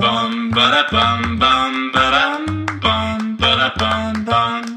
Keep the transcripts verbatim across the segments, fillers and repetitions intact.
bum ba da bum bum ba dum bum ba da bum bum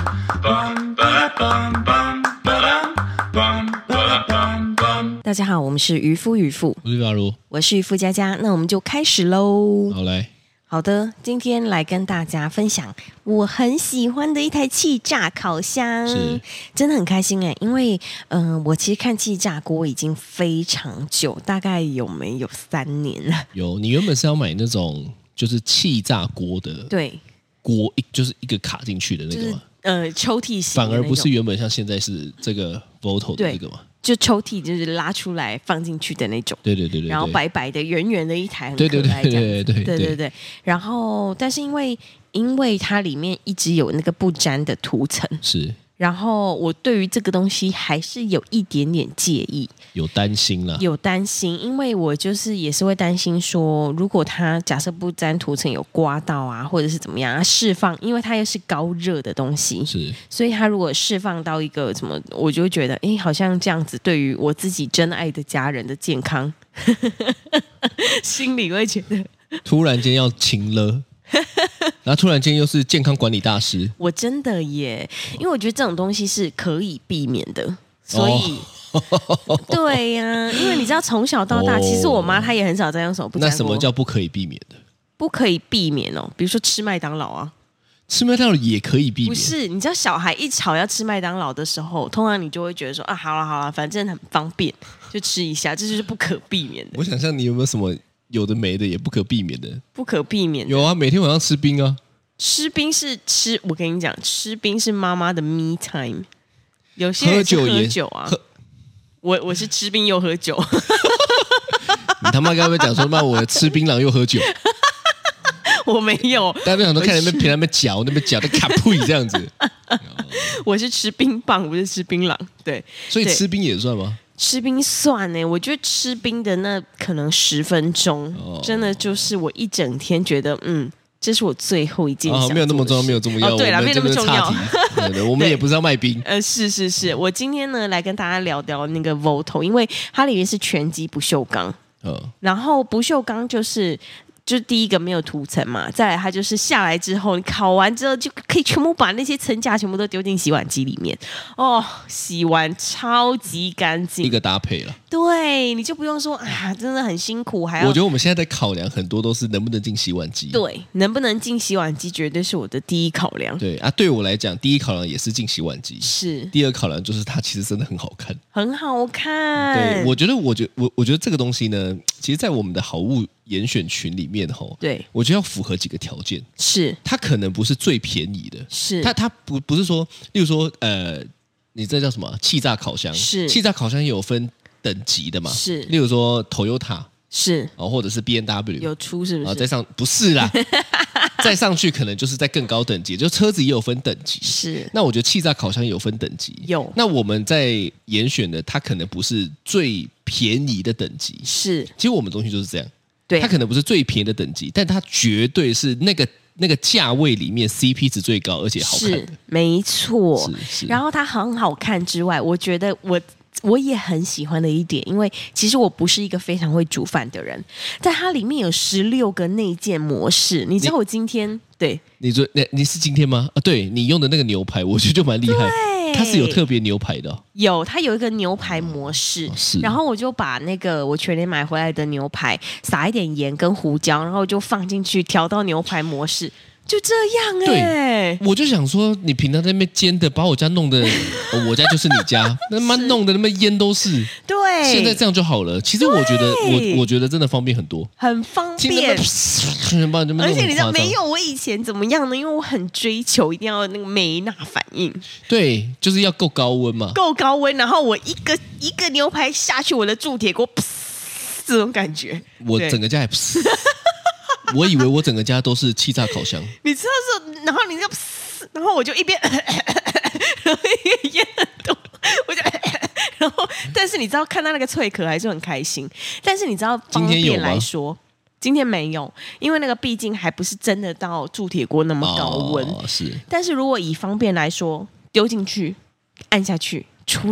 bum ba da bum bum ba dum bum ba da bum bum。 大家好，我们是渔夫渔妇， 我是法如， 我是渔夫佳佳，那我们就开始喽。 好来， 好的，今天来跟大家分享我很喜欢的一台气炸烤箱， 是真的很开心哎，因为嗯、呃，我其实看气炸锅已经非常久，大概有没有三年了？ 有你原本是要买那种就是气炸锅的， 对， 锅一就是一个卡进去的那就是个嘛， 呃抽屉型的那种， 反而不是原本像现在是这个 Voto 的这个嘛， 就抽屉就是拉出来放进去的那种。 对对对对， 然后白白的、圆圆的一台，很对对可爱， 对这样子。 对对对对对对。然后，但是因为因为它里面一直有那个不粘的涂层， 是然后我对于这个东西还是有一点点介意， 有担心啦， 有担心，因为我就是也是会担心说，如果它假设不粘涂层有刮到啊，或者是怎么样，它释放，因为它又是高热的东西， 是所以它如果释放到一个什么，我就会觉得，哎，好像这样子对于我自己真爱的家人的健康，心里会觉得， 突然间要情了。然后突然间又是健康管理大师， 我真的耶，因为我觉得这种东西是可以避免的，所以。哦、对呀、啊，因为你知道从小到大，哦、其实我妈她也很少在用手不粘锅。 那什么叫不可以避免的？ 不可以避免哦，比如说吃麦当劳啊， 吃麦当劳也可以避免。 不是，你知道小孩一吵要吃麦当劳的时候，通常你就会觉得说啊，好了好了，反正很方便，就吃一下，这就是不可避免的。 我想象你有没有什么有的没的也不可避免的？ 不可避免的有啊，每天晚上吃冰啊。 吃冰是吃，我跟你讲，吃冰是妈妈的 me time。有些人是喝酒啊，喝酒喝我我是吃冰又喝酒。 你他妈刚才讲说妈我吃槟榔又喝酒， 我没有。 大家不想说看那边凭那边嚼那边嚼的卡呸这样子。 我是吃冰棒，不是吃槟榔。对， 所以吃冰也算吗？ 吃冰算呢，我觉得吃冰的那可能十分钟，哦、真的就是我一整天觉得嗯。这是我最后一件想做的事、 哦、没有那么重要，没有这么要。 哦、对了，没有那么重要。 对对，我们也不是要卖冰。 呃，是是是，我今天呢来跟大家聊聊那个 Voto， 因为它里面是全机不锈钢。嗯。然后不锈钢就是。就是第一个没有涂层嘛，再来它就是下来之后，你烤完之后就可以全部把那些层架全部都丢进洗碗机里面，哦，洗完超级干净， 一个搭配了。 对，你就不用说啊，真的很辛苦，还要。 我觉得我们现在在考量很多都是能不能进洗碗机。 对，能不能进洗碗机绝对是我的第一考量。 对啊，对我来讲，第一考量也是进洗碗机， 是。 第二考量就是它其实真的很好看， 很好看。 对，我觉得，我觉我我觉得这个东西呢，其实，在我们的好物严选群里面吼， 对， 我觉得要符合几个条件， 是它可能不是最便宜的， 是它它不不是说，例如说呃，你这叫什么气炸烤箱？ 是气炸烤箱也有分等级的嘛， 是， 例如说 Toyota 是哦，或者是 B M W 有出是不是？ 啊，再上不是啦，再上去可能就是在更高等级，就车子也有分等级。 是， 那我觉得气炸烤箱也有分等级， 有。 那我们在严选的，它可能不是最便宜的等级， 是。 其实我们东西就是这样。 对， 它可能不是最便宜的等级，但它绝对是那个那个价位里面 C P 值最高而且好看的， 没错。 是是。 然后它很好看之外，我觉得我我也很喜欢的一点，因为其实我不是一个非常会煮饭的人，但它里面有十六个内建模式。你知道我今天对你说你你是今天吗？啊，对你用的那个牛排，我觉得就蛮厉害。它是有特别牛排的、哦， 有，它有一个牛排模式， 哦、是。 然后我就把那个我全年买回来的牛排撒一点盐跟胡椒，然后就放进去调到牛排模式，就这样哎、欸。 我就想说，你平常在那边煎的，把我家弄的、哦，我家就是你家，那妈弄的那么烟都是。 对。 现在这样就好了。其实我觉得，我我觉得真的方便很多， 很方便。而且你知道没有我以前怎么样呢？因为我很追求一定要那个梅纳反应。 对，就是要够高温嘛。 够高温，然后我一个一个牛排下去，我的铸铁锅，这种感觉。 我整个家也。我以为我整个家都是气炸烤箱。 你知道是，然后你就，然后我就一边，然后一边烟很多，我就，然后，但是你知道看到那个脆壳还是很开心。但是你知道方便来说，今天没有，因为那个毕竟还不是真的到铸铁锅那么高温。 哦，是。 但是如果以方便来说，丢进去，按下去，出来。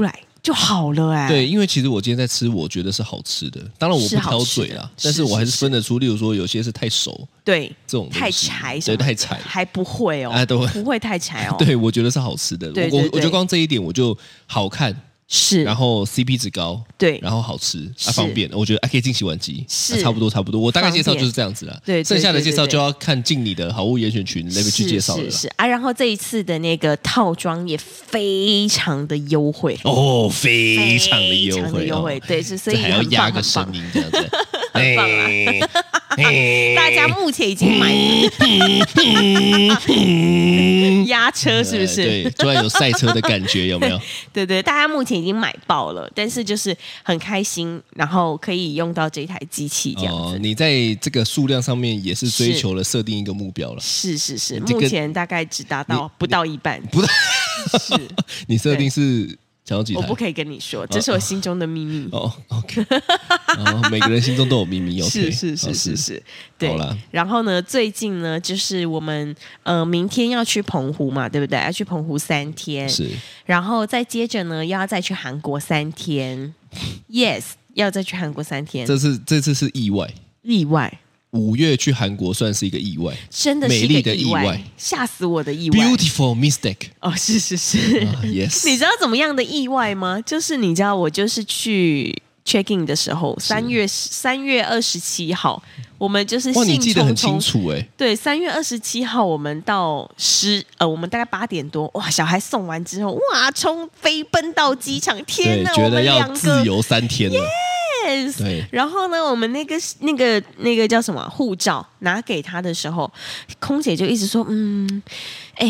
就好了哎、欸。 对，因为其实我今天在吃，我觉得是好吃的。当然我不挑嘴啦，但是我还是分得出，例如说有些是太熟， 对， 这种太柴， 对，太柴， 还不会哦， 哎，都不会太柴哦。 对，我觉得是好吃的。 对对对我我觉得光这一点我就好看。 是， 然后 C P 值高， 对， 然后好吃，啊方便，我觉得还可以进洗碗机， 是、 啊、差不多差不多。我大概介绍就是这样子啦， 对， 剩下的介绍就要看进你的好物严选群那边去介绍了。 是是是啊，然后这一次的那个套装也非常的优惠哦，非常的优惠， 优惠，对，是所以还要压个声音这样子， 很棒啊！大家目前已经买压车是不是？ 对，突然有赛车的感觉，有没有？ 对对，大家目前已经买爆了，但是就是很开心，然后可以用到这台机器这样子。 哦，你在这个数量上面也是追求了设定一个目标了。 是是是，目前大概只达到不到一半。 不到， 是你设定是。想要几台？ 我不可以跟你说，这是我心中的秘密。 哦 ，OK， 哦，每个人心中都有秘密。OK， 是是是是是，对。 好啦， 然后呢，最近呢，就是我们呃明天要去澎湖嘛，对不对？要去澎湖三天， 是。 然后再接着呢，又要再去韩国三天。Yes， 要再去韩国三天。 这次这次是意外， 意外。 五月去韩国算是一个意外， 真的是一个意外，吓死我的意外 ，beautiful mistake。 哦，是是是、 uh, ，yes。 你知道怎么样的意外吗？就是你知道，我就是去 check in 的时候，三月三月二十七号，我们就是哇，你记得很清楚楚哎、欸。 对，三月二十七号我们到十呃，我们大概八点多，哇，小孩送完之后，哇，冲飞奔到机场，天哪， 觉得要自由三天了。 Yes， 对， 然后呢，我们那个那个那个叫什么护照拿给他的时候，空姐就一直说，嗯，哎，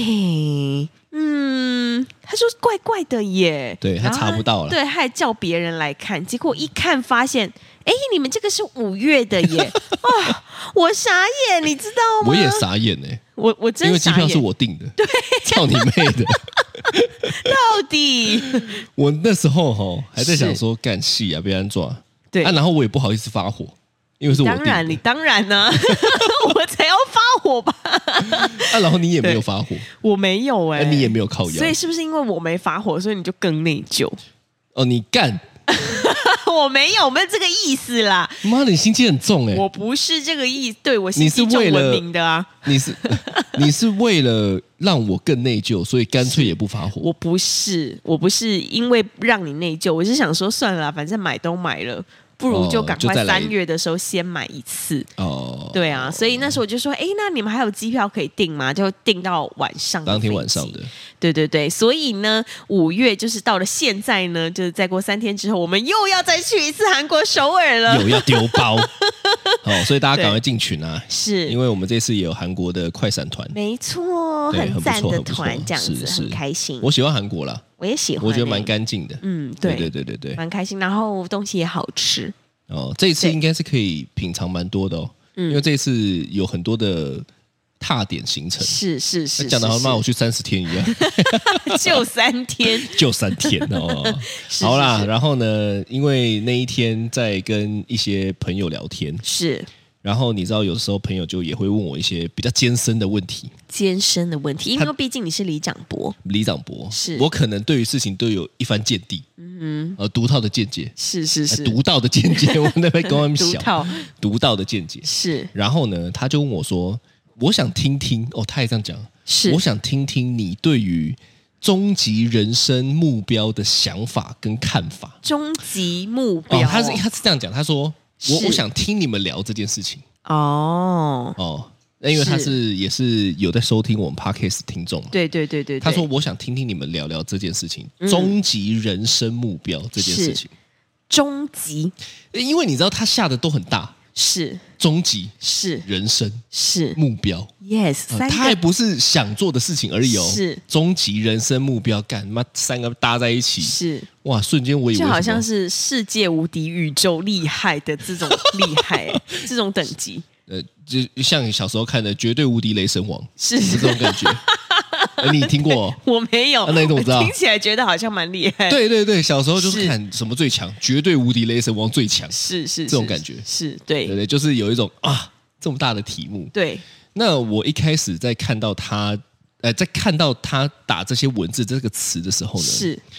嗯，他说怪怪的耶， 对他查不到了， 对，他还叫别人来看，结果一看发现，哎，你们这个是五月的耶，啊，我傻眼，你知道吗？ 我也傻眼哎、欸， 我我真因为机票是我订的， 对， 操你妹的。 到底我那时候哈还在想说干戏啊，被人抓。 对啊，然后我也不好意思发火，因为是我当然，你当然呢、啊，我才要发火吧。 啊，然后你也没有发火， 我没有哎、 欸啊，你也没有靠腰， 所以是不是因为我没发火，所以你就更内疚？ 哦，你干， 我没有，没有这个意思啦。 妈的，你心机很重哎、欸！ 我不是这个意思，对我心机重闻名的啊。 你是你是为了让我更内疚，所以干脆也不发火。 我不是，我不是因为让你内疚，我是想说算了啦，反正买都买了。不如就赶快三月的时候先买一次哦， 对啊，所以那时候我就说，哎，那你们还有机票可以订吗？就订到晚上， 当天晚上的， 对对对，所以呢，五月就是到了现在呢，就是再过三天之后，我们又要再去一次韩国首尔了， 有要丢包，好，所以大家赶快进群啊， 是因为我们这次也有韩国的快闪团， 没错，很赞的团，这样子很开心， 我喜欢韩国啦。 我也喜欢、欸， 我觉得蛮干净的， 嗯，对对对对对， 蛮开心，然后东西也好吃哦。这一次应该是可以品尝蛮多的哦，因为这一次有很多的踏点行程， 是是是， 讲的好像我去三十天一样， 就三天， 就三天哦。好啦，然后呢，因为那一天在跟一些朋友聊天， 是。 然后你知道，有时候朋友就也会问我一些比较艰深的问题， 艰深的问题，因为毕竟你是里长伯， 里长伯是我可能对于事情都有一番见地，嗯呃，独到的见解， 是是是， 独到的见解，我那边跟他们小， 独到独到的见解是。 然后呢，他就问我说：“我想听听哦，他也这样讲， 是我想听听你对于终极人生目标的想法跟看法。” 终极目标， 哦、他是他是这样讲，他说。我我想听你们聊这件事情哦哦，那因为他是也是有在收听我们 podcast 听众， 对对对对， 他说我想听听你们聊聊这件事情，嗯、终极人生目标这件事情， 终极， 因为你知道他下的都很大， 是终极是人生是目标 ，yes，、 呃、他还不是想做的事情而已哦， 是终极人生目标，干妈三个搭在一起是。 哇！瞬间我以为就好像是世界无敌宇宙厉害的这种厉害，这种等级。 呃，就像小时候看的《绝对无敌雷神王》， 是是这种感觉。呃、你听过、哦？ 我没有。 啊、那你怎么知道？ 听起来觉得好像蛮厉害。 对对对，小时候就是看什么最强，绝对无敌雷神王最强， 是是这种感觉。 是对对对，就是有一种啊这么大的题目。 对。 那我一开始在看到他，呃，在看到他打这些文字这个词的时候呢， 是。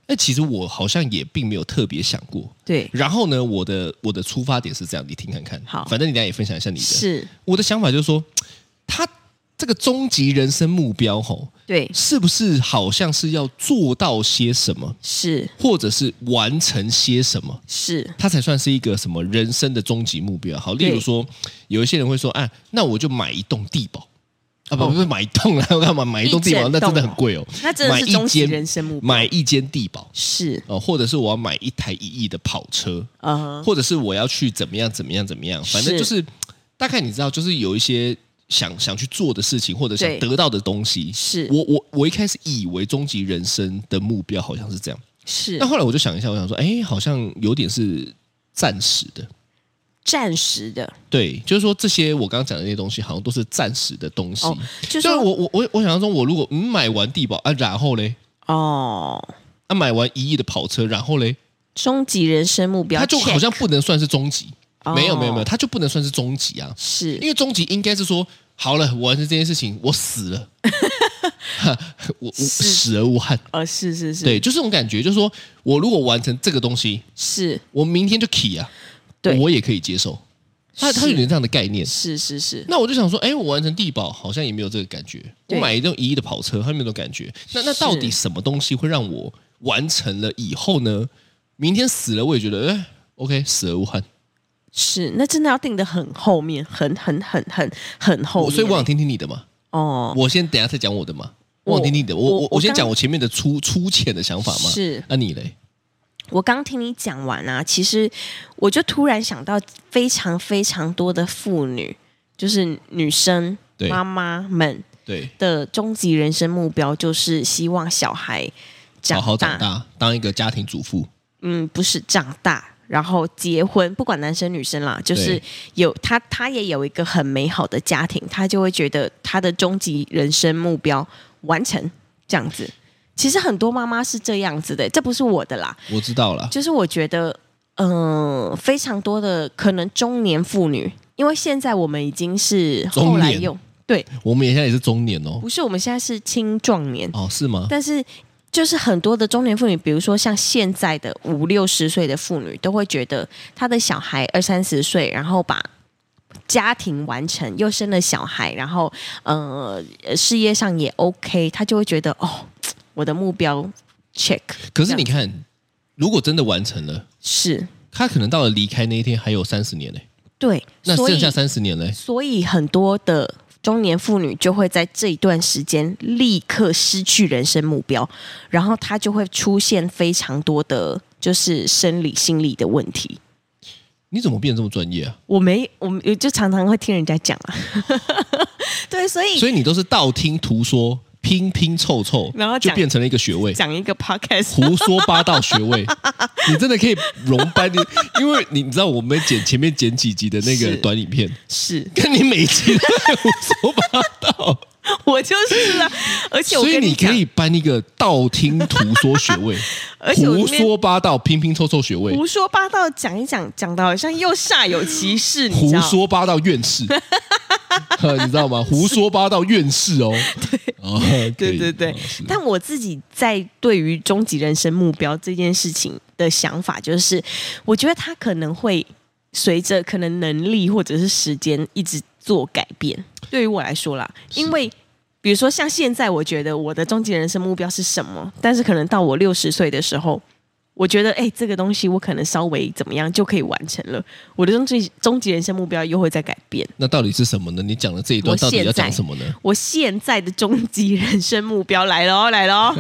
那其实我好像也并没有特别想过。 对， 然后呢，我的我的出发点是这样，你听看看。 好， 反正你等一下也分享一下你的。 是， 我的想法就是说，他这个终极人生目标，吼， 对， 是不是好像是要做到些什么？ 是，或者是完成些什么？ 是， 他才算是一个什么人生的终极目标？好，例如说，有一些人会说，哎，那我就买一栋地堡。啊不不是买一栋啦，我干嘛买一栋地堡？那真的很贵哦。 那真的是终极人生目标。 买一间地堡是哦，或者是我要买一台一亿的跑车， uh-huh. 或者是我要去怎么样怎么样怎么样，反正就是大概你知道，就是有一些想想去做的事情，或者想得到的东西。 是我我我一开始以为终极人生的目标好像是这样， 是。 但后来我就想一下，我想说，哎，好像有点是暂时的。 暂时的， 对，就是说这些我刚刚讲的那些东西，好像都是暂时的东西。哦、 就是我我我我想象中，我如果嗯买完地堡啊，然后嘞， 哦， 啊买完一亿的跑车，然后嘞， 终极人生目标， 它就好像不能算是终极。 哦、 没有没有没有，它就不能算是终极啊。 是因为终极应该是说，好了，我完成这件事情，我死了，我我死而无憾。 呃，是是是， 对，就是这种感觉，就是说我如果完成这个东西， 是我明天就可以啊。我也可以接受，它它有点这样的概念， 是是是。 那我就想说，哎，我完成地堡好像也没有这个感觉，我买一栋一亿的跑车，它没有这种感觉。那那到底什么东西会让我完成了以后呢？明天死了，我也觉得，哎 ，OK， 死而无憾。 是，那真的要定得很后面，很很很很很后面。 所以我想听听你的嘛。 哦， 我先等一下再讲我的嘛。我想听听你的，我我我先讲我前面的粗粗浅的想法嘛。 是， 那你嘞？ 我刚听你讲完啊，其实我就突然想到，非常非常多的妇女，就是女生妈妈们的终极人生目标，就是希望小孩长大， 好好长大，当一个家庭主妇。 嗯，不是长大，然后结婚，不管男生女生啦，就是有他，他也有一个很美好的家庭，他就会觉得他的终极人生目标完成这样子。其实很多妈妈是这样子的，这不是我的啦， 我知道了。 就是我觉得，嗯、呃，非常多的可能中年妇女，因为现在我们已经是后来用，对， 我们现在也是中年哦， 不是，我们现在是青壮年哦，是吗？ 但是就是很多的中年妇女，比如说像现在的五六十岁的妇女，都会觉得她的小孩二三十岁，然后把家庭完成，又生了小孩，然后呃事业上也 OK， 她就会觉得哦。我的目标 check， 可是你看，如果真的完成了， 是他可能到了离开那一天还有三十年呢。 对， 那剩下三十年呢？ 所以很多的中年妇女就会在这一段时间立刻失去人生目标，然后她就会出现非常多的就是生理心理的问题。 你怎么变这么专业啊？ 我没，我就常常会听人家讲啊。对，所以所以你都是道听途说。拼拼凑凑， 然后就变成了一个学位， 讲一个 podcast， 胡说八道学位，你真的可以荣班你，因为你知道我们剪前面剪几集的那个短影片， 是跟你每集都在胡说八道， 我就是啊，而且我跟所以你可以颁一个道听途说学位， 而且胡说八道拼拼凑凑学位， 胡说八道讲一讲，讲的好像又煞有其事， 胡说八道院士。你知道吗？胡说八道院士哦， 对， 哦对对对。但我自己在对于终极人生目标这件事情的想法，就是我觉得它可能会随着可能能力或者是时间一直做改变。对于我来说啦，因为比如说像现在，我觉得我的终极人生目标是什么，但是可能到我六十岁的时候。我觉得，哎，这个东西我可能稍微怎么样就可以完成了。我的终极终极人生目标又会在改变。 那到底是什么呢？你讲的这一段到底要讲什么呢？ 我现在的终极人生目标来了哦，来了哦！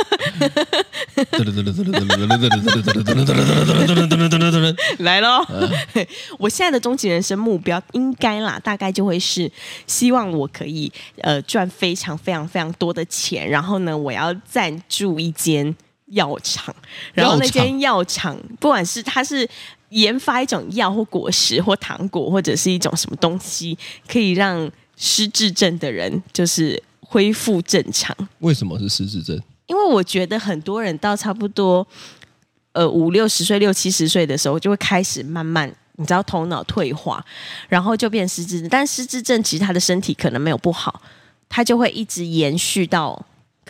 来了哦！我现在的终极人生目标应该啦，大概就会是希望我可以呃赚非常非常非常多的钱，然后呢，我要赞助一间。药厂，然后那间药厂，不管是它是研发一种药或果实或糖果，或者是一种什么东西，可以让失智症的人就是恢复正常。 为什么是失智症？ 因为我觉得很多人到差不多呃五六十岁、六七十岁的时候，就会开始慢慢。你知道头脑退化，然后就变失智症。但失智症其实他的身体可能没有不好，他就会一直延续到。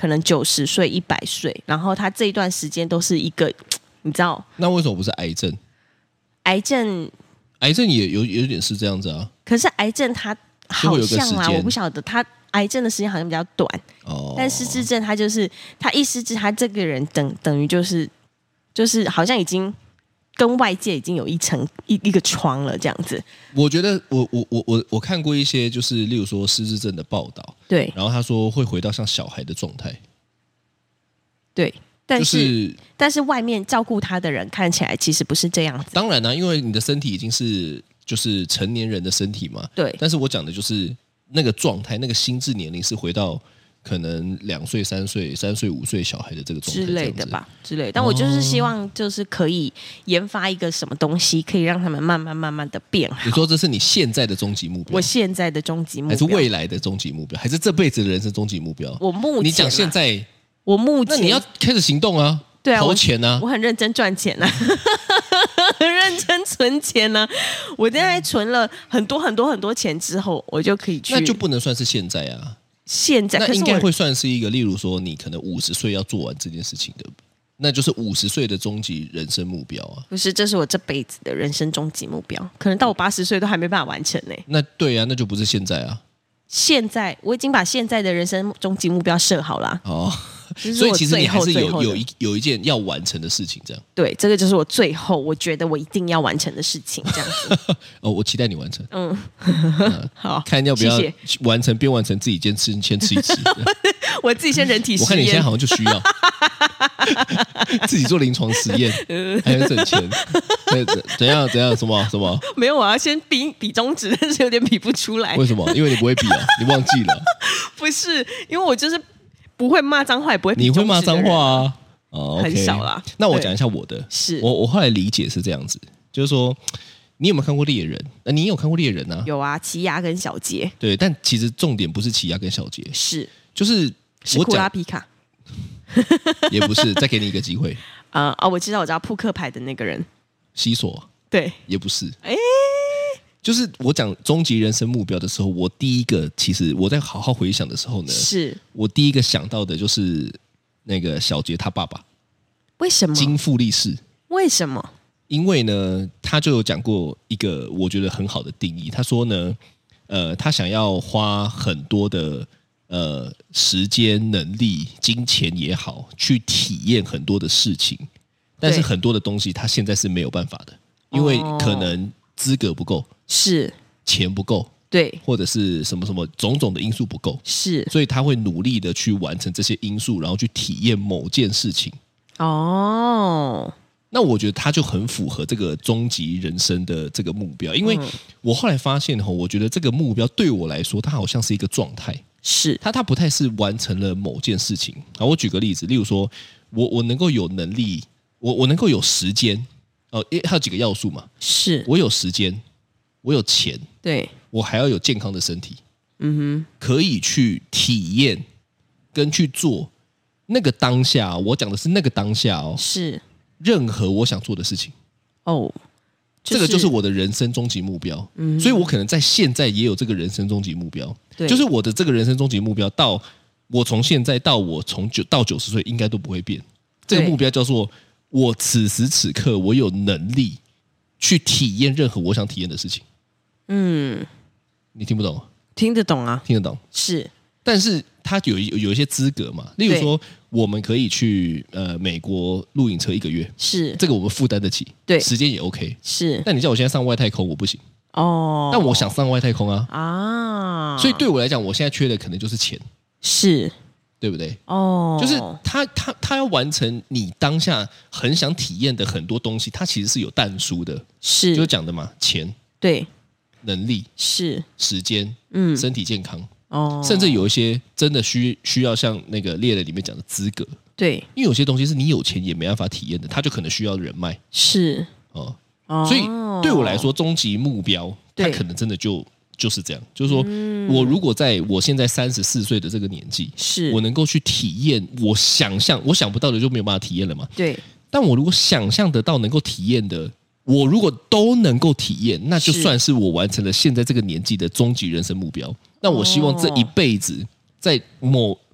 可能九十岁、一百岁，然后他这一段时间都是一个，你知道？ 那为什么不是癌症？ 癌症， 癌症也有有点是这样子啊。 可是癌症它好像啊，我不晓得，它癌症的时间好像比较短。哦。但失智症它就是他一失智，他这个人等等于就是就是好像已经跟外界已经有一层一一个窗了这样子。 我觉得我我我我我看过一些就是例如说失智症的报道， 对， 然后他说会回到像小孩的状态， 对。但是、 就是、 但是外面照顾他的人看起来其实不是这样子。 当然啦、啊，因为你的身体已经是就是成年人的身体嘛。 对。 但是我讲的就是那个状态，那个心智年龄是回到可能两岁、三岁、三岁、五岁小孩的这个状态之类的吧，之类的。但我就是希望，就是可以研发一个什么东西，可以让他们慢慢慢慢的变好。 你说这是你现在的终极目标？ 我现在的终极目标， 还是未来的终极目标，还是这辈子的人生终极目标？ 我目前、啊、 你讲现在， 我目前， 那你要开始行动啊！ 对啊， 投钱啊！ 我，我很认真赚钱啊，很认真存钱啊。我现在存了很多很多很多钱之后，我就可以去。 那就不能算是现在啊。 现在那应该会算是一个，例如说，你可能五十岁要做完这件事情的，那就是五十岁的终极人生目标啊。 不是，这是我这辈子的人生终极目标，可能到我八十岁都还没办法完成呢、欸。 那对啊，那就不是现在啊。 现在我已经把现在的人生终极目标设好了、啊。 哦。所以其实你还是有有一有一件要完成的事情，这样。 对，这个就是我最后我觉得我一定要完成的事情，这样子。 哦，我期待你完成。 嗯，嗯好， 看要不要谢谢完成，边完成自己先吃，先吃一吃。 我自己先人体实验。 我看你现在好像就需要自己做临床实验，还很省钱。怎样怎样？什么什么？ 没有，我要先比比中指，但是有点比不出来。 为什么？因为你不会比啊，你忘记了。 不是，因为我就是不会骂脏话，也不会比中指的人。 你会骂脏话啊？哦， okay， 很少啦。 那我讲一下我的， 是我我后来理解是这样子，就是说，你有没有看过猎人？呃，你有看过猎人啊？ 有啊，奇亚跟小杰。 对，但其实重点不是奇亚跟小杰， 是就是是库拉皮卡， 也不是。再给你一个机会。 啊啊、呃哦！我知道，我知道扑克牌的那个人， 西索。 对， 也不是。 哎。 就是我讲终极人生目标的时候，我第一个其实我在好好回想的时候呢， 是我第一个想到的就是那个小杰他爸爸。 为什么？ 金富力士。 为什么？ 因为呢，他就有讲过一个我觉得很好的定义。他说呢，呃，他想要花很多的呃时间、能力、金钱也好，去体验很多的事情，但是很多的东西他现在是没有办法的，因为可能资格不够。是钱不够，对，或者是什么什么种种的因素不够，是，所以他会努力的去完成这些因素，然后去体验某件事情。哦，那我觉得他就很符合这个终极人生的这个目标，因为我后来发现吼，我觉得这个目标对我来说，它好像是一个状态，是它它不太是完成了某件事情。好，我举个例子，例如说我我能够有能力，我我能够有时间，哦，因为还有几个要素嘛，是我有时间。我有钱，对，我还要有健康的身体，嗯哼，可以去体验跟去做那个当下。我讲的是那个当下哦，是任何我想做的事情哦，就是、这个就是我的人生终极目标。嗯，所以我可能在现在也有这个人生终极目标，对，就是我的这个人生终极目标，到我从现在到我从九到九十岁应该都不会变。这个目标叫做我此时此刻我有能力去体验任何我想体验的事情。嗯，你听不懂？听得懂啊，听得懂是，但是他有有有一些资格嘛，例如说我们可以去呃美国露营车一个月，是这个我们负担得起，对，时间也 OK， 是。但你叫我现在上外太空，我不行哦。但我想上外太空啊啊，所以对我来讲，我现在缺的可能就是钱，是，对不对？哦，就是他他他要完成你当下很想体验的很多东西，他其实是有但书的，是，就讲的嘛，钱，对。能力是时间，嗯，身体健康，哦，甚至有一些真的需需要像那个猎人里面讲的资格，对，因为有些东西是你有钱也没办法体验的，它就可能需要人脉，是哦，哦，所以对我来说，终极目标，它可能真的就就是这样，就是说、嗯、我如果在我现在三十四岁的这个年纪，是我能够去体验我想象我想不到的就没有办法体验了嘛，对，但我如果想象得到能够体验的。我如果都能够体验，那就算是我完成了现在这个年纪的终极人生目标。那我希望这一辈子，在某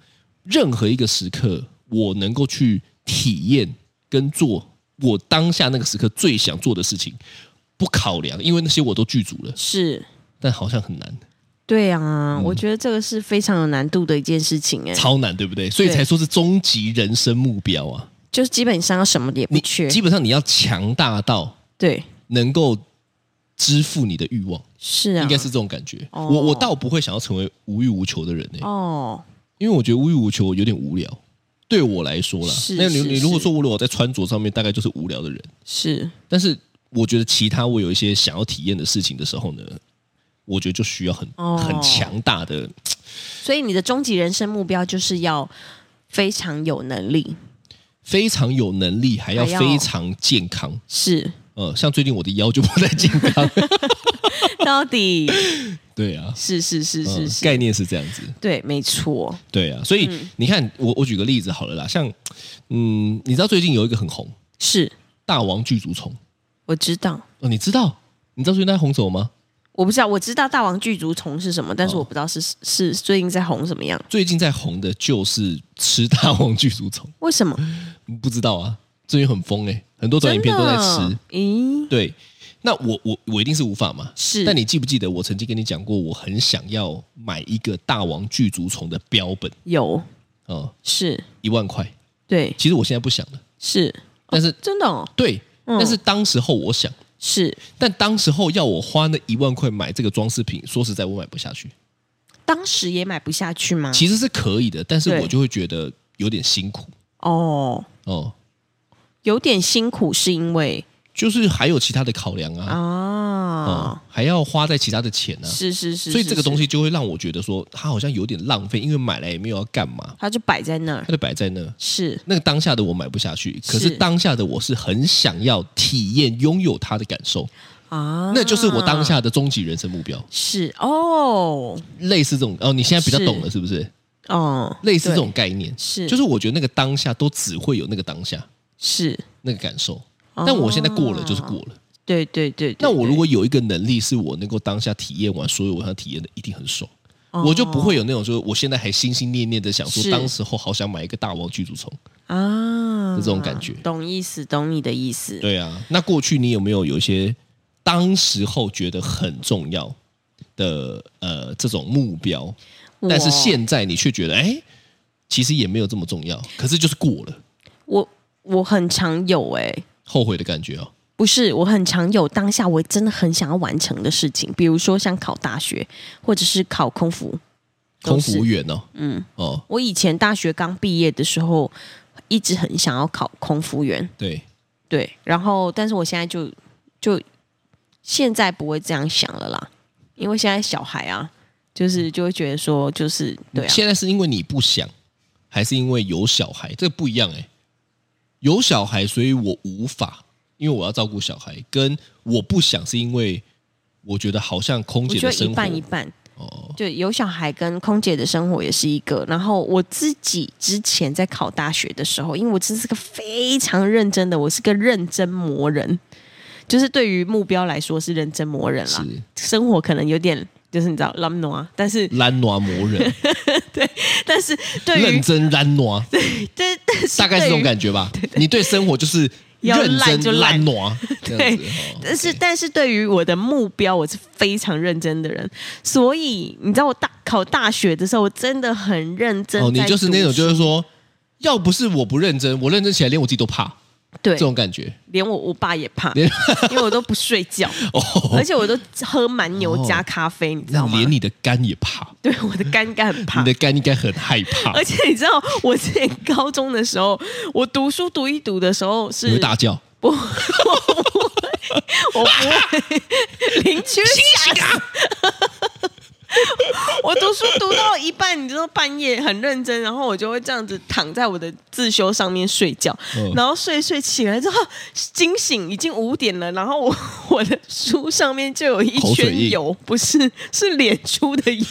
任何一个时刻，我能够去体验跟做我当下那个时刻最想做的事情，不考量，因为那些我都具足了。 是， 但好像很难。 对啊， 嗯、 我觉得这个是非常有难度的一件事情，哎， 超难，对不对？所以才说是终极人生目标啊。 就是基本上要什么也不缺， 基本上你要强大到对能够支付你的欲望， 是啊， 应该是这种感觉。哦、我我倒不会想要成为无欲无求的人哦，因为我觉得无欲无求有点无聊，对我来说啦。那你你如果说我在穿着上面大概就是无聊的人， 是， 但是我觉得其他我有一些想要体验的事情的时候呢，我觉得就需要很、哦、很强大的。 所以你的终极人生目标就是要非常有能力。 非常有能力，还要非常健康。 是， 呃，像最近我的腰就不太健康。 到底？ 对啊， 是是是是是、 呃，概念是这样子。 对，没错。 对啊，所以、嗯、你看，我我举个例子好了啦，像嗯，你知道最近有一个很红， 是大王巨足虫。 我知道。 哦，你知道？你知道最近在红什么吗？ 我不知道，我知道大王巨足虫是什么，但是我不知道是、哦、是最近在红什么样。 最近在红的就是吃大王巨足虫。 为什么？ 不知道啊，最近很疯哎、欸，很多短影片都在吃。咦？对，那我我我一定是无法嘛。 是。 但你记不记得我曾经跟你讲过，我很想要买一个大王巨足虫的标本？ 有。 哦， 是一万块。 对。 其实我现在不想了。 是。 但是、 哦、真的哦。 对、嗯，但是当时候我想。 是， 但当时候要我花那一万块买这个装饰品，说实在我买不下去。 当时也买不下去吗？ 其实是可以的，但是我就会觉得有点辛苦。 哦哦，有点辛苦是因为就是还有其他的考量啊啊、哦，还要花在其他的钱啊。 是是 是, 是， 所以这个东西就会让我觉得说，它好像有点浪费，因为买来也没有要干嘛， 它就摆在那儿， 它就摆在那儿。 是那个当下的我买不下去，可是当下的我是很想要体验拥有它的感受啊，那就是我当下的终极人生目标。 是哦，类似这种哦，你现在比较懂了，是不是？哦，类似这种概念是，就是我觉得那个当下都只会有那个当下是那个感受。但我现在过了就是过了， 对对 对, 对。 那我如果有一个能力，是我能够当下体验完所有我想体验的，一定很爽。哦、我就不会有那种说，我现在还心心念念的想说，当时候好想买一个大王巨足虫啊的这种感觉。 懂意思，懂你的意思。 对啊，那过去你有没有有一些当时候觉得很重要的呃这种目标，但是现在你却觉得哎，其实也没有这么重要，可是就是过了。 我我很常有哎、欸。 后悔的感觉哦， 不是，我很常有当下我真的很想要完成的事情，比如说像考大学，或者是考空服， 空服员哦， 嗯哦，我以前大学刚毕业的时候，一直很想要考空服员， 对对，然后但是我现在就就现在不会这样想了啦，因为现在小孩啊，就是就会觉得说，就是对啊， 现在是因为你不想，还是因为有小孩？这个不一样哎、欸。有小孩，所以我无法，因为我要照顾小孩。跟我不想，是因为我觉得好像空姐的生活一半一半哦，就有小孩跟空姐的生活也是一个。然后我自己之前在考大学的时候，因为我真是个非常认真的，我是个认真魔人，就是对于目标来说是认真魔人啦。生活可能有点。就是你知道懒惰，但是懒惰魔人， 对，但是对于认真懒惰， 对对， 大概是这种感觉吧。对对对，你对生活就是认真懒惰， 对。哦、但是、okay. 但是对于我的目标，我是非常认真的人，所以你知道我大考大学的时候，我真的很认真。 哦，你就是那种，就是说，要不是我不认真，我认真起来连我自己都怕。 对， 这种感觉， 连我我爸也怕，因为我都不睡觉，哦、而且我都喝蛮牛加咖啡，哦、你知道吗？ 连你的肝也怕， 对，我的肝应该很怕， 你的肝应该很害怕。 而且你知道，我之前高中的时候，我读书读一读的时候是， 你会大叫？ 不，我不会，我不会，邻居吓死。我读书读到一半，你知道半夜很认真，然后我就会这样子躺在我的自修上面睡觉，哦、然后睡睡起来之后惊醒，已经五点了，然后我我的书上面就有一圈油，不是是脸出的油，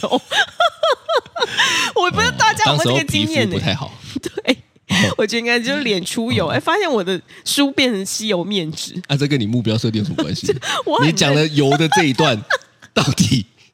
我不知道大家有没有这个经验呢、欸？ 不太好， 对。哦、我觉得应该就是脸出油，哎、哦，发现我的书变成吸油面纸， 啊，这跟你目标设定有什么关系？你讲了油的这一段，到底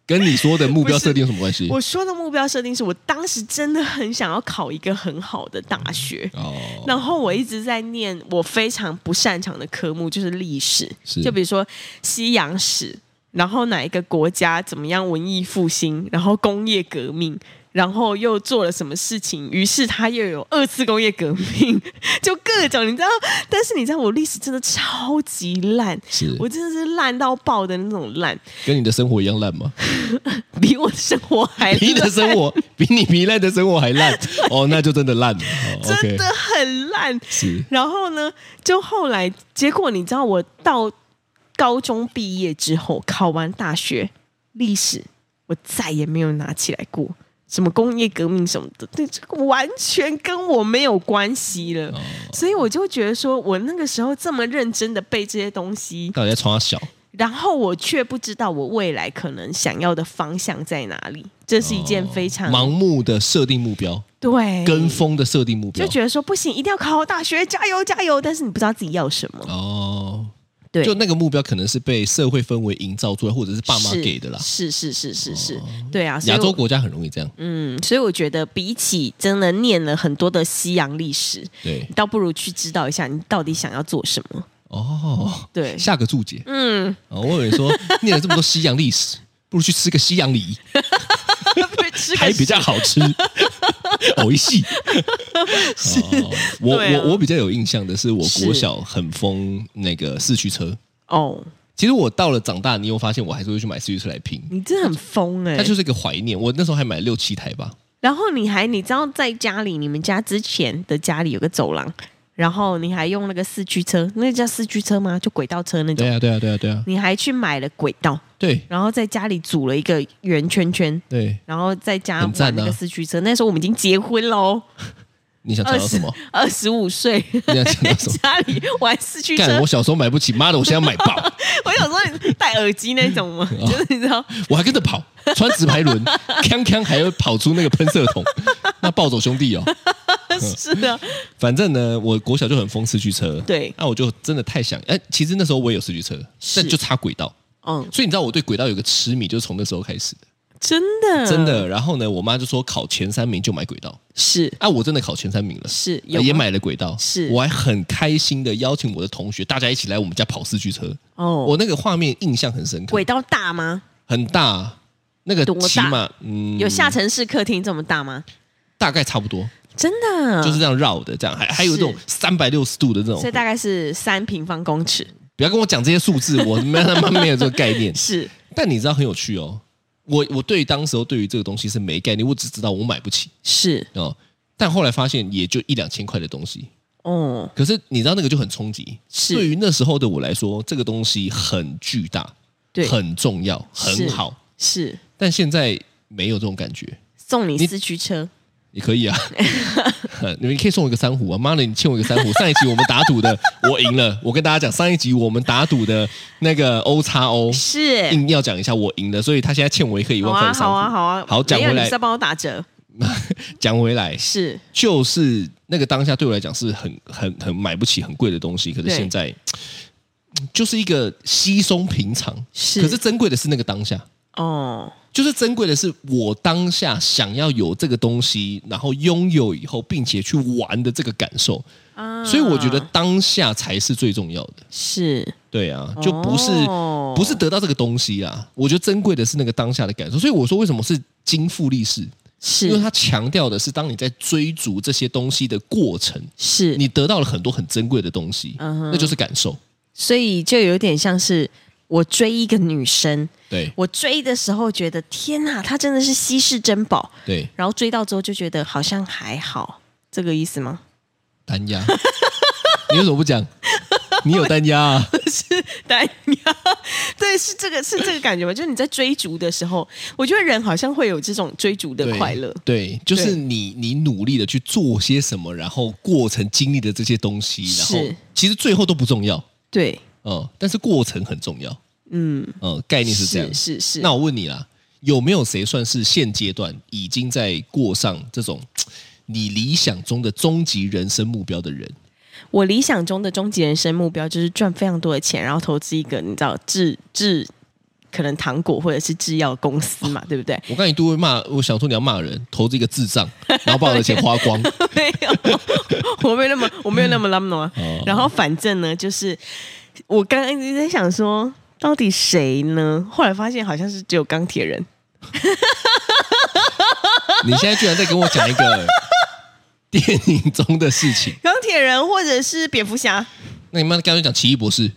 跟你说的目标设定有什么关系？ 我说的目标设定是我当时真的很想要考一个很好的大学，哦、然后我一直在念我非常不擅长的科目，就是历史，就比如说西洋史，然后哪一个国家怎么样文艺复兴，然后工业革命。然后又做了什么事情，于是他又有二次工业革命，就各种你知道，但是你知道我历史真的超级烂， 是我真的是烂到爆的那种烂， 跟你的生活一样烂吗？ 比我的生活还烂， 比你的生活比你糜烂的生活还烂哦，那就真的烂了，哦、 真的很烂。 是， 然后呢，就后来结果你知道，我到高中毕业之后，考完大学历史，我再也没有拿起来过。什么工业革命什么的，对，这个完全跟我没有关系了。哦、所以我就觉得说，我那个时候这么认真的背这些东西， 到底在冲小， 然后我却不知道我未来可能想要的方向在哪里，这是一件非常、 哦、盲目的设定目标， 对， 跟风的设定目标， 就觉得说不行，一定要考好大学，加油加油！但是你不知道自己要什么哦。对， 就那个目标可能是被社会氛围营造出来，或者是爸妈给的啦。 是是是是是，哦、对啊， 亚洲国家很容易这样。 嗯，所以我觉得比起真的念了很多的西洋历史， 对， 倒不如去知道一下你到底想要做什么。 哦， 对， 下个注解。 嗯， 哦、我以为说念了这么多西洋历史，不如去吃个西洋梨，还比较好吃。偶一系，哦、我、啊、我我比较有印象的是，我国小很疯那个四驱车哦。其实我到了长大，你有发现我还是会去买四驱车来拼。 你真的很疯哎、欸！ 它就是一个怀念。我那时候还买了六七台吧。 然后你还你知道在家里，你们家之前的家里有个走廊，然后你还用那个四驱车，那个叫四驱车吗？就轨道车那种。 对啊对啊对啊对啊。 你还去买了轨道。 对， 然后在家里组了一个圆圈圈， 对， 然后在家玩那个四驱车。啊、那时候我们已经结婚喽。 你想讲到什么？ 二十五岁， 你想讲到什么？ 家里玩四驱车。 我小时候买不起，妈的，我现在买爆。 我想说你戴耳机那种吗？就是你知道， 我还跟着跑，穿直排轮，锵锵还要跑出那个喷射筒，那暴走兄弟哦。 是的， 反正呢，我国小就很疯四驱车， 对， 那、啊、我就真的太想，哎，其实那时候我也有四驱车，但就差轨道。嗯，所以你知道我对轨道有个痴迷，就是从那时候开始的， 真的真的。然后呢，我妈就说考前三名就买轨道， 是啊，我真的考前三名了， 是、 啊、也买了轨道， 是， 我还很开心的邀请我的同学，大家一起来我们家跑四驱车。哦，我那个画面印象很深刻。 轨道大吗？ 很大，那个起码嗯，有下沉式客厅这么大吗？ 大概差不多。 真的就是这样绕的，这样还还有这种三百六十度的这种， 所以大概是三平方公尺。 不要跟我讲这些数字，我他妈没有这个概念。 是， 但你知道很有趣哦。我我对于当时候对于这个东西是没概念，我只知道我买不起。 是哦，但后来发现也就一两千块的东西哦。可是你知道那个就很冲击，是对于那时候的我来说，这个东西很巨大，对，很重要，很好。 是，是但现在没有这种感觉。 送你四驱车。 也可以啊，你们可以送我一个珊瑚啊！妈的，你欠我一个珊瑚。上一集我们打赌的，我赢了。我跟大家讲，上一集我们打赌的那个 O 叉 O 是硬要讲一下，我赢了，所以他现在欠我一颗一万块的珊瑚。 好啊，好啊，好啊。 好，讲回来， 你再帮我打折。 讲回来是， 就是那个当下对我来讲是很很很买不起很贵的东西，可是现在就是一个稀松平常。是，可是珍贵的是那个当下哦。就是珍贵的是我当下想要有这个东西，然后拥有以后，并且去玩的这个感受，啊、所以我觉得当下才是最重要的。 是， 对啊，就不是、哦、不是得到这个东西啊，我觉得珍贵的是那个当下的感受。所以我说为什么是经复利式，是因为它强调的是当你在追逐这些东西的过程，是你得到了很多很珍贵的东西，嗯、那就是感受。 所以就有点像是。我追一个女生， 对， 我追的时候觉得天哪，她真的是稀世珍宝， 对， 然后追到之后就觉得好像还好，这个意思吗？ 单压，你为什么不讲？你有单压啊？ 是单压，对，是这个是这个感觉吗？就是你在追逐的时候，我觉得人好像会有这种追逐的快乐， 对，对就是你你努力的去做些什么，然后过程经历的这些东西，然后其实最后都不重要， 对。 嗯，但是过程很重要。嗯嗯，概念是这样。 是 是, 是。 那我问你啦，有没有谁算是现阶段已经在过上这种你理想中的终极人生目标的人？ 我理想中的终极人生目标就是赚非常多的钱，然后投资一个你知道智智可能糖果或者是制药公司嘛，对不对？ 我刚才一度会骂，我想说你要骂人，投资一个智障，然后把我的钱花光。 没有，我没有那么我没有那么浪漫、哦。然后反正呢，就是我刚刚一直在想说，到底谁呢？后来发现好像是只有钢铁人。 你现在居然在跟我讲一个电影中的事情， 钢铁人或者是蝙蝠侠。 那你妈刚才讲奇异博士，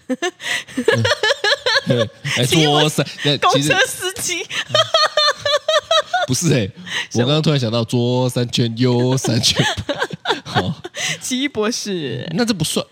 嗯、哎，左三， 公车司机， 不是哎、欸，我刚刚突然想到左三圈右三圈，好， 奇异博士， 那这不算。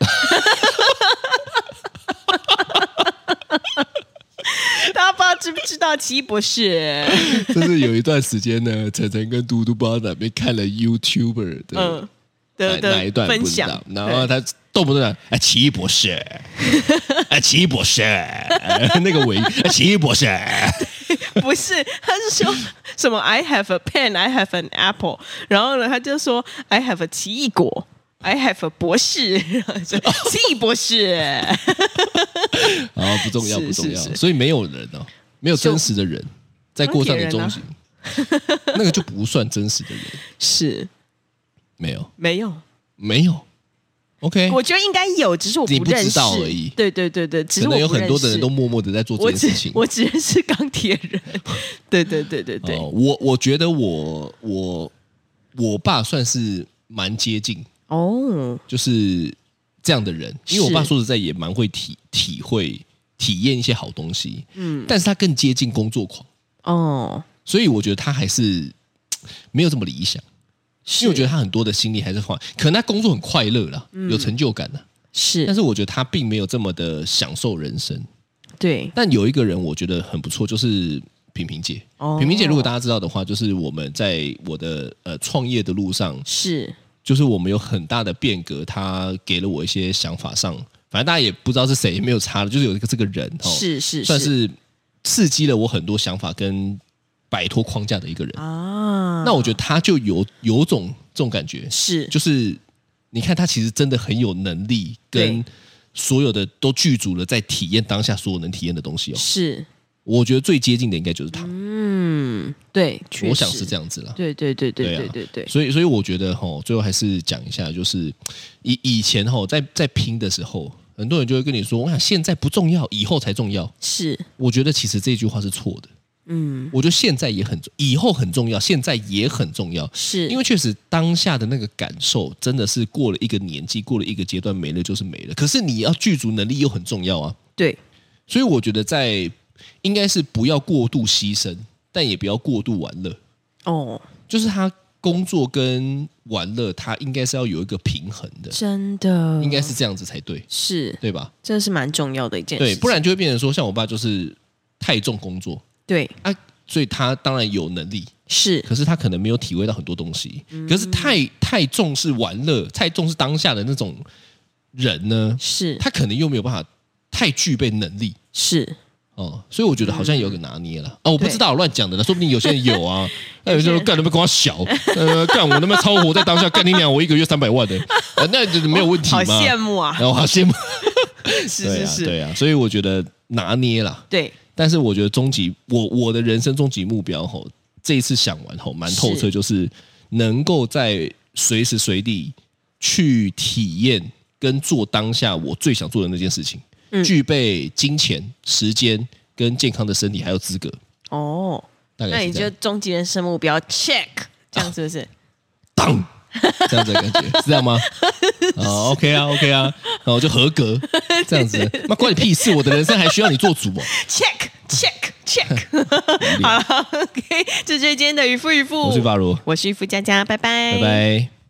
大家不知道知不知道奇异博士？ 就是有一段时间呢，晨晨跟嘟嘟不知道哪边看了 YouTuber 的、嗯、 的的哪一段分享， 然后他动不动讲哎奇异博士，哎奇异博士，那个尾哎奇异博士， 不是，他是说什么 I have a pen, I have an apple， 然后呢他就说 I have a 奇异果。I have a 博士，奇异博士。 好，不重要，不重要。所以没有人哦，没有真实的人在过上你终极，那个就不算真实的人。 是， 没有， 没有， 没有。OK， 我觉得应该有，只是我不认识， 你不知道而已。 对对对对，只是我不认识。 可能有很多的人都默默的在做这件事情。 我只我只认识钢铁人。对对对对对。 哦、我我觉得我我我爸算是蛮接近。哦，就是这样的人，因为我爸说实在也蛮会体体会体验一些好东西，嗯，但是他更接近工作狂哦，所以我觉得他还是没有这么理想，因为我觉得他很多的心力还是花，可能他工作很快乐啦，嗯、有成就感啦， 是， 但是我觉得他并没有这么的享受人生， 对。 但有一个人我觉得很不错，就是平平姐，哦、平平姐如果大家知道的话，就是我们在我的呃创业的路上是。 就是我们有很大的变革，他给了我一些想法上，反正大家也不知道是谁，也没有差的，就是有一个这个人哦， 是是是， 算是刺激了我很多想法跟摆脱框架的一个人啊。那我觉得他就有有种这种感觉， 是就是你看他其实真的很有能力，跟所有的都具足了在体验当下所有能体验的东西哦。 是， 我觉得最接近的应该就是他。 嗯，对， 我想是这样子啦。 对对对对对对对。 所以所以我觉得哈，最后还是讲一下，就是以以前哈，在在拼的时候，很多人就会跟你说，我想现在不重要，以后才重要。 是， 我觉得其实这句话是错的。嗯，我觉得现在也很，以后很重要，现在也很重要。 是因为确实当下的那个感受，真的是过了一个年纪，过了一个阶段，没了就是没了。可是你要具足能力又很重要啊。 对， 所以我觉得在应该是不要过度牺牲。但也不要过度玩乐哦，就是他工作跟玩乐，他应该是要有一个平衡的， 真的， 应该是这样子才对， 是对吧？ 这是蛮重要的一件事， 对，不然就会变成说，像我爸就是太重工作， 对啊，所以他当然有能力是， 可是他可能没有体会到很多东西，嗯、可是太太重视玩乐，太重视当下的那种人呢， 是他可能又没有办法太具备能力， 是。 哦，所以我觉得好像有个拿捏了啊、嗯哦！我不知道，乱讲的了，说不定有些人有啊。那有些人干，他妈跟我小，呃，干我他妈超活在当下，干你娘，我一个月三百万的，呃、那没有问题吗？ 好羡慕啊！ 然后、哦、好羡慕， 是是是， 对啊，对啊，所以我觉得拿捏啦。 对， 但是我觉得终极，我我的人生终极目标吼，这一次想完吼，蛮透彻，就是能够在随时随地去体验跟做当下我最想做的那件事情。具备金钱、时间跟健康的身体，还有资格哦。 那你就终极人生目标 check， 这样是不是？ 当、啊、这样子的感觉是这样吗？哦 ，OK 啊 ，OK 啊，然后就合格这样子。那关你屁事！我的人生还需要你做主哦。 check check check。好了 ，OK， 这就是今天的渔夫渔妇。 我是法如， 我是渔夫佳佳，拜拜， 拜拜。